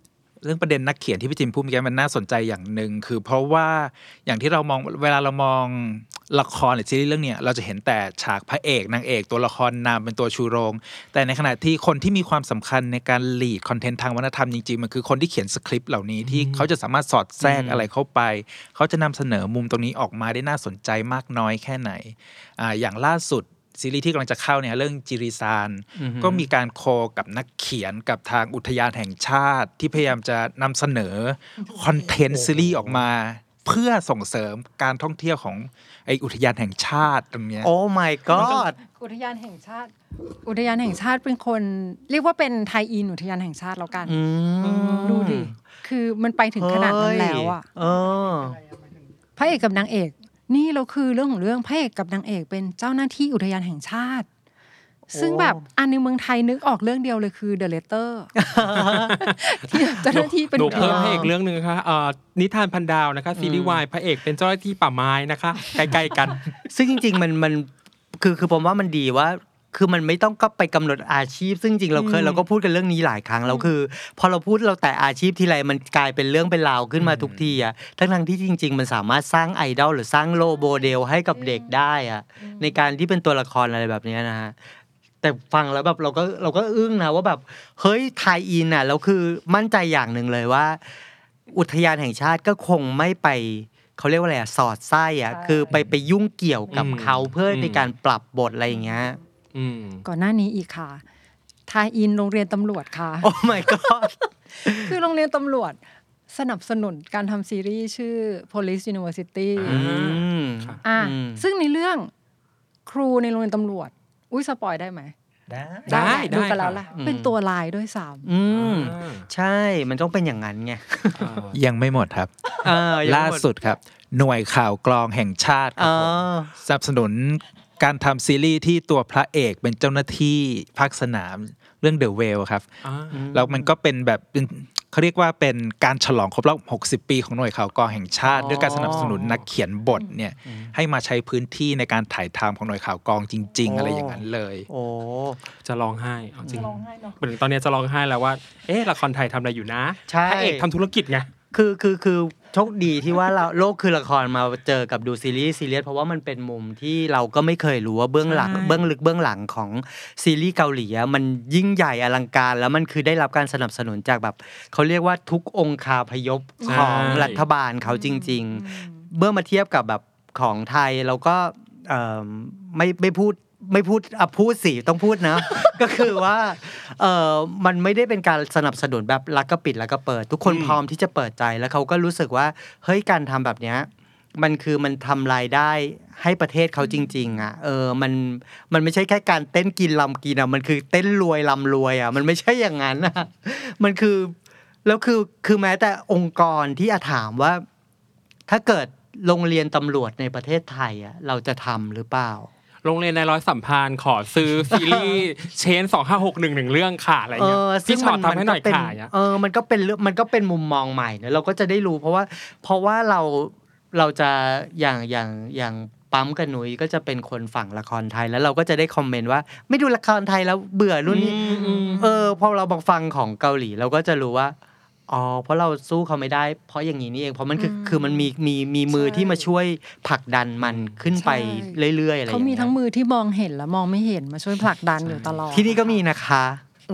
เรื่องประเด็นนักเขียนที่พี่จิมพูดเมื่อกี้มันน่าสนใจอย่างหนึ่งคือเพราะว่าอย่างที่เรามองเวลาเรามองละครหรือซีรีส์เรื่องเนี้ยเราจะเห็นแต่ฉากพระเอกนางเอกตัวละครนำเป็นตัวชูโรงแต่ในขณะที่คนที่มีความสำคัญในการลีดคอนเทนต์ทางวัฒนธรรมจริงๆมันคือคนที่เขียนสคริปต์เหล่านี้ที่เขาจะสามารถสอดแทรกอะไรเข้าไปเขาจะนำเสนอมุมตรงนี้ออกมาได้น่าสนใจมากน้อยแค่ไหนอ่าอย่างล่าสุดซีรีส์ที่กำลังจะเข้าเนี่ยเรื่องจิริซานก็มีการโคกับนักเขียนกับทางอุทยานแห่งชาติที่พยายามจะนำเสนอคอนเทนต์ซีรีส์ออกมาเพื่อส่งเสริมการท่องเที่ยวของไออุทยานแห่งชาติตรงเนี้ยโอ้ my god อุทยานแห่งชาติอุทยานแห่งชาติเป็นคนเรียกว่าเป็นไทยอินอุทยานแห่งชาติแล้วกันดูดิคือมันไปถึงขนาดนั้นแล้วอ่ะพระเอกกับนางเอกนี่เราคือเรื่องของเรื่องพระเอกกับนางเอกเป็นเจ้าหน้าที่อุทยานแห่งชาติซึ่งแบบอันในเมืองไทยนึกออกเรื่องเดียวเลยคือ The Letter ที่เจ้าหน้าที่เป็นหนูเพิ่มให้อีกเรื่องนึงนะคะนิทานพันดาวนะคะซีรีส์วายพระเอกเป็นเจ้าหน้าที่ป่าไม้นะคะใกล้ๆกันซึ่งจริงๆมันมันคือคือผมว่ามันดีว่าคือมันไม่ต้องก็ไปกำหนดอาชีพซึ่งจริงเราเคยเราก็พูดกันเรื่องนี้หลายครั้งแล้วคือพอเราพูดเราแต่อาชีพทีไรมันกลายเป็นเรื่องเป็นราวขึ้นมาทุกทีอ่ะทั้งๆที่จริงๆมันสามารถสร้างไอดอลหรือสร้างโลโมเดลให้กับเด็กได้อ่ะในการที่เป็นตัวละครอะไรแบบนี้นะฮะแต่ฟังแล้วแบบเราก็เราก็อึ้งนะว่าแบบเฮ้ยไทยอินอ่ะแล้วคือมั่นใจอย่างหนึ่งเลยว่าอุทยานแห่งชาติก็คงไม่ไปเขาเรียกว่าอะไรอ่ะสอดไส้อ่ะคือไปไปยุ่งเกี่ยวกับเขาเพื่อในการปรับบทอะไรอย่างเงี้ยก่อนหน้านี้อีกค่ะไทยอินโรงเรียนตำรวจค่ะโอ้ my god คือโรงเรียนตำรวจสนับสนุนการทำซีรีส์ชื่อ Police University อ่าซึ่งในเรื่องครูในโรงเรียนตำรวจอุ้ยสปอยได้ไหมได้ได้ดูกันแล้วล่ะเป็นตัวลายด้วยซ้ำอืมใช่มันต้องเป็นอย่างนั้นไงยังไม่หมดครับล่าสุดครับหน่วยข่าวกรองแห่งชาติสนับสนุนการทำซีรีส์ที่ตัวพระเอกเป็นเจ้าหน้าที่ภาคสนามเรื่อง The Whale ครับแล้วมันก็เป็นแบบเขาเรียกว่าเป็นการฉลองครบรอบหกสิบปีของหน่วยข่าวกรองแห่งชาติด้วยการสนับสนุนนักเขียนบทเนี่ยให้มาใช้พื้นที่ในการถ่ายทำของหน่วยข่าวกรองจริงๆอะไรอย่างนั้นเลยโอ้จะร้องไห้เอาจริงเหมือนตอนนี้จะร้องไห้แล้วว่าเอ๊ะละครไทยทำอะไรอยู่นะพระเอกทำธุรกิจไงคือคือคือโชคดีที่ว่าเราโลกคือละครมาเจอกับดูซีรีส์ซีเรียสเพราะว่ามันเป็นมุมที่เราก็ไม่เคยรู้ว่าเบื้องหลังเบื้องลึกเบื้องหลังของซีรีส์เกาหลีมันยิ่งใหญ่อลังการแล้วมันคือได้รับการสนับสนุนจากแบบเขาเรียกว่าทุกองคาพยพของรัฐบาลเขาจริงๆเมื่อมาเทียบกับแบบของไทยเราก็ไม่ไม่พูดไม่พูดอ่ะพูดสิต้องพูดนะก็คือว่าเออมันไม่ได้เป็นการสนับสนุนแบบลักก็ปิดลักก็เปิดทุกคนพร้อมที่จะเปิดใจแล้วเขาก็รู้สึกว่าเฮ้ยการทำแบบเนี้ยมันคือมันทำรายได้ให้ประเทศเขาจริงๆอ่ะเออมันมันไม่ใช่แค่การเต้นกินลำกินอ่ะมันคือเต้นรวยลำรวยอ่ะมันไม่ใช่อย่างนั้นอ่ะมันคือแล้วคือคือแม้แต่องค์กรที่อาถามว่าถ้าเกิดโรงเรียนตำรวจในประเทศไทยอ่ะเราจะทำหรือเปล่าโรงเรียนในร้อยสัมพันธ์ขอซื้อซีรีส์เชนสองห้าหกหนึ่งหนึ่งเรื่องค่ะอะไรเงี้ยพี่ชอตทำให้หน่อยค่ะเออมันก็เป็นมันก็เป็นมุมมองใหม่เนอะเราก็จะได้รู้เพราะว่าเพราะว่าเราเราจะอย่างอย่างอย่างปั๊มกับหนุ่ยก็จะเป็นคนฝั่งละครไทยแล้วเราก็จะได้คอมเมนต์ว่าไม่ดูละครไทยแล้วเบื่อนู่นนี่เออพอเราบังฟังของเกาหลีเราก็จะรู้ว่าอ๋อเพราะเราสู้เขาไม่ได้เพราะอย่างนี้นี่เองเพราะมันคือคือมันมีมีมีมือที่มาช่วยผลักดันมันขึ้นไปเรื่อยๆอะไรอย่างเงี้ยเขามีทั้งมือที่มองเห็นและมองไม่เห็นมาช่วยผลักดันอยู่ตลอดที่นี่ก็มีนะคะ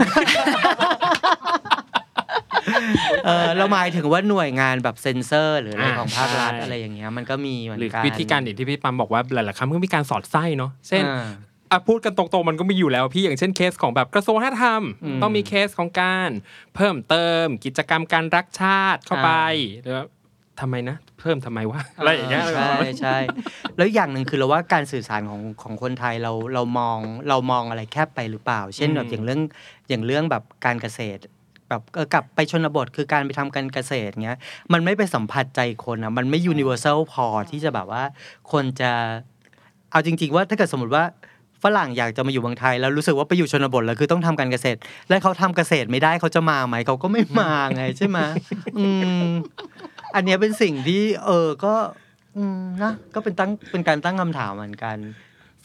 เออเราหมายถึงว่าหน่วยงานแบบเซ็นเซอร์หรืออะไรของภาครัฐอะไรอย่างเงี้ยมันก็มีเหมือนกันหรือวิธีการอย่างที่พี่ปั๊มบอกว่าหลายๆครั้งมันก็มีการสอดไส้เนาะเช่นอ่ะพูดกันตรงๆมันก็มีอยู่แล้วพี่อย่างเช่นเคสของแบบกระทรวงวัฒนธรรมต้องมีเคสของการเพิ่มเติมกิจกรรมการรักชาติเข้าไปแล้วทำไมนะเพิ่มทำไมวะอะไรอย่างเงี้ยใช่ใช่แล้วอย่างหนึ่งคือเราว่าการสื่อสารของของคนไทยเราเรามองเรามองอะไรแคบไปหรือเปล่าเช่นแบบอย่างเรื่องอย่างเรื่องแบบการเกษตรแบบเออกลับไปชนบทคือการไปทำการเกษตรเงี้ยมันไม่ไปสัมผัสใจคนอ่ะมันไม่ยูนิเวอร์แซลพอที่จะแบบว่าคนจะเอาจริงๆว่าถ้าเกิดสมมติว่าฝรั่งอยากจะมาอยู่เมืองไทยแล้วรู้สึกว่าไปอยู่ชนบทแล้วคือต้องทำการเกษตรและเขาทำเกษตรไม่ได้เขาจะมาไหมเขาก็ไม่มาไงใช่ไหมอืมอันนี้เป็นสิ่งที่เออก็อืมนะก็เป็นตั้งเป็นการตั้งคำถามเหมือนกันแ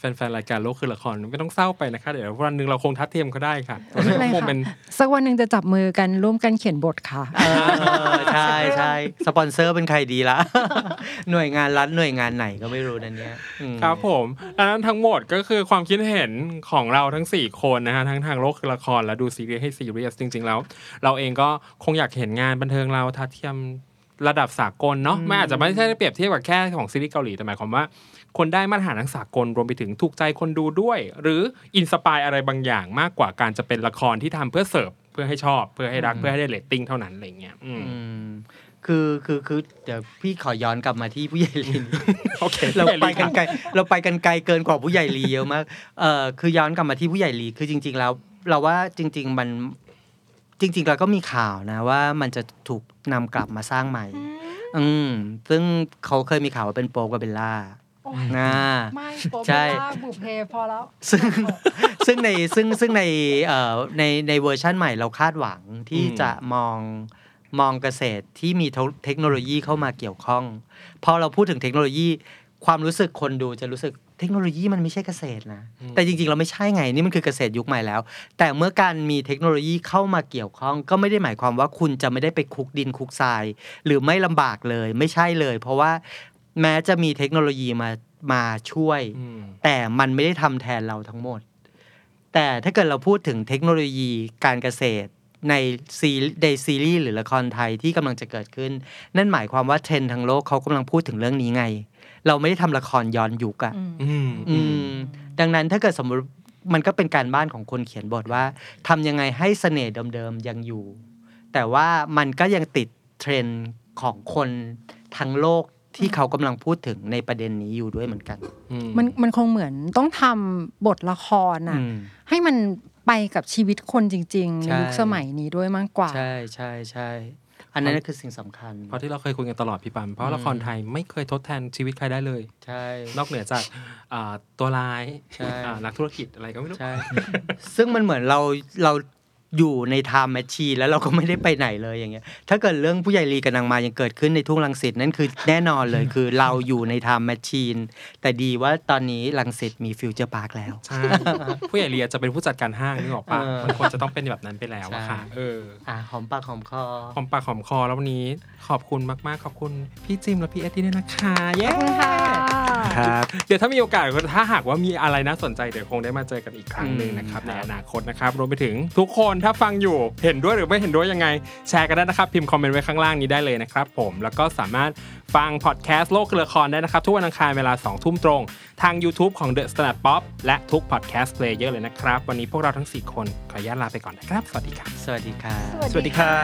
แฟนๆรายการโลกคือละครไม่ต้องเศร้าไปนะคะเดี๋ยววันนึงเราคงทัดเทียมเขาได้ค่ะตอนนี้คงเป็นสักวันนึงจะจับมือกันร่วมกันเขียนบทค่ะเออใช่ใช่สปอนเซอร์เป็นใครดีละหน่วยงานรัฐหน่วยงานไหนก็ไม่รู้นั่นเนี่ยครับผมดังนั้นทั้งหมดก็คือความคิดเห็นของเราทั้งสี่คนนะฮะทั้งทางโลกคือละครและดูซีรีส์ให้ซีเรียสจริงๆแล้วเราเองก็คงอยากเห็นงานบันเทิงเราทัดเทียมระดับสากลเนาะไม่อาจจะไม่ใช่เปรียบเทียบกับแค่ของซีรีส์เกาหลีแต่หมายความว่าคนได้มาตรฐานทางสากลรวมไปถึงถูกใจคนดูด้วยหรืออินสปายอะไรบางอย่างมากกว่าการจะเป็นละครที่ทำเพื่อเสิร์ฟเพื่อให้ชอบเพื่อให้รักเพื่อให้ได้เรตติ้งเท่านั้นอะไรเงี้ยคือคือคือเดี๋ยวพี่ขอย้อนกลับมาที่ผู้ใหญ่ลีโอเคเราไปกันไกลเราไปกันไกลเกินกว่าผู้ใหญ่ลีเยอะมากเอ่อคือย้อนกลับมาที่ผู้ใหญ่ลีคือจริงๆแล้วเราว่าจริงๆมันจริงๆเราก็มีข่าวนะว่ามันจะถูกนำกลับมาสร้างใหม่อืมซึ่งเขาเคยมีข่าวว่าเป็นโป๊ปกับเบลล่านะไม่โป๊ปเบลล่าบุพเพพอแล้วซึ่งซึ่งในซึ่งซึ่งในเอ่อในในเวอร์ชั่นใหม่เราคาดหวังที่จะมองมองเกษตรที่มีเทคโนโลยีเข้ามาเกี่ยวข้องพอเราพูดถึงเทคโนโลยีความรู้สึกคนดูจะรู้สึกเทคโนโลยีมันไม่ใช่เกษตรนะแต่จริงๆเราไม่ใช่ไงนี่มันคือเกษตรยุคใหม่แล้วแต่เมื่อการมีเทคโนโลยีเข้ามาเกี่ยวข้องก็ไม่ได้หมายความว่าคุณจะไม่ได้ไปคุกดินคุกทรายหรือไม่ลำบากเลยไม่ใช่เลยเพราะว่าแม้จะมีเทคโนโลยีมามาช่วยแต่มันไม่ได้ทำแทนเราทั้งหมดแต่ถ้าเกิดเราพูดถึงเทคโนโลยีการเกษตรในซีในซีรีส์หรือละครไทยที่กำลังจะเกิดขึ้นนั่นหมายความว่าเทรนด์ทั้งโลกเขากำลังพูดถึงเรื่องนี้ไงเราไม่ได้ทำละครย้อนยุคอะดังนั้นถ้าเกิดสมมติมันก็เป็นการบ้านของคนเขียนบทว่าทำยังไงให้เสน่ห์เดิมๆยังอยู่แต่ว่ามันก็ยังติดเทรนด์ของคนทั้งโลกที่เขากำลังพูดถึงในประเด็นนี้อยู่ด้วยเหมือนกันมันมันคงเหมือนต้องทำบทละครน่ะให้มันไปกับชีวิตคนจริงๆในยุคสมัยนี้ด้วยมากกว่าใช่ใช่ใช่อันนั้นคือสิ่งสำคัญเพราะที่เราเคยคุยกันตลอดพี่ปั๊มเพราะละครไทยไม่เคยทดแทนชีวิตใครได้เลยใช่นอกเหนือจากตัวร้ายนักธุรกิจอะไรก็ไม่รู้ใช่ซึ่งมันเหมือนเราเราอยู่ในไทม์แมชชีนแล้วเราก็ไม่ได้ไปไหนเลยอย่างเงี้ยถ้าเกิดเรื่องผู้ใหญ่ลีกับนางมายังเกิดขึ้นในทุ่งรังสิตนั่นคือแน่นอนเลยคือเราอยู่ในไทม์แมชชีนแต่ดีว่าตอนนี้รังสิตมีฟิวเจอร์พาร์คแล้วใช่ผู้ใหญ่ลีจะเป็นผู้จัดการห้างนึกออกป่ะมันควรจะต้องเป็นแบบนั้นไปแล้วอะค่ะเอออ่ะหอมปากหอมคอหอมปากหอมคอแล้ววันนี้ขอบคุณมากๆขอบคุณพี่จิมและพี่เอ็ดดี้ด้วยนะคะเย้ครับเดี๋ยวถ้ามีโอกาสถ้าหากว่ามีอะไรน่าสนใจเดี๋ยวคงได้มาเจอกันอีกครั้งนึงนะครับในอนาคตนะครับรวมไปถึงทุกคนถ้าฟังอยู่เห็นด้วยหรือไม่เห็นด้วยยังไงแชร์กันได้นะครับพิมพ์คอมเมนต์ไว้ข้างล่างนี้ได้เลยนะครับผมแล้วก็สามารถฟังพอดแคสต์โลกคือละครได้นะครับทุกวันอังคารเวลา สองทุ่มตรงทาง YouTube ของ The Standard Pop และทุก Podcast Player เลยนะครับวันนี้พวกเราทั้งสี่คนขออนุญาตลาไปก่อนนะครับสวัสดีครับสวัสดีครับสวัสดีครับ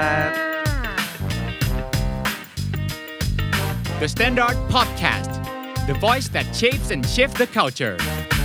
The Standard Podcast The voice that shapes and shifts the culture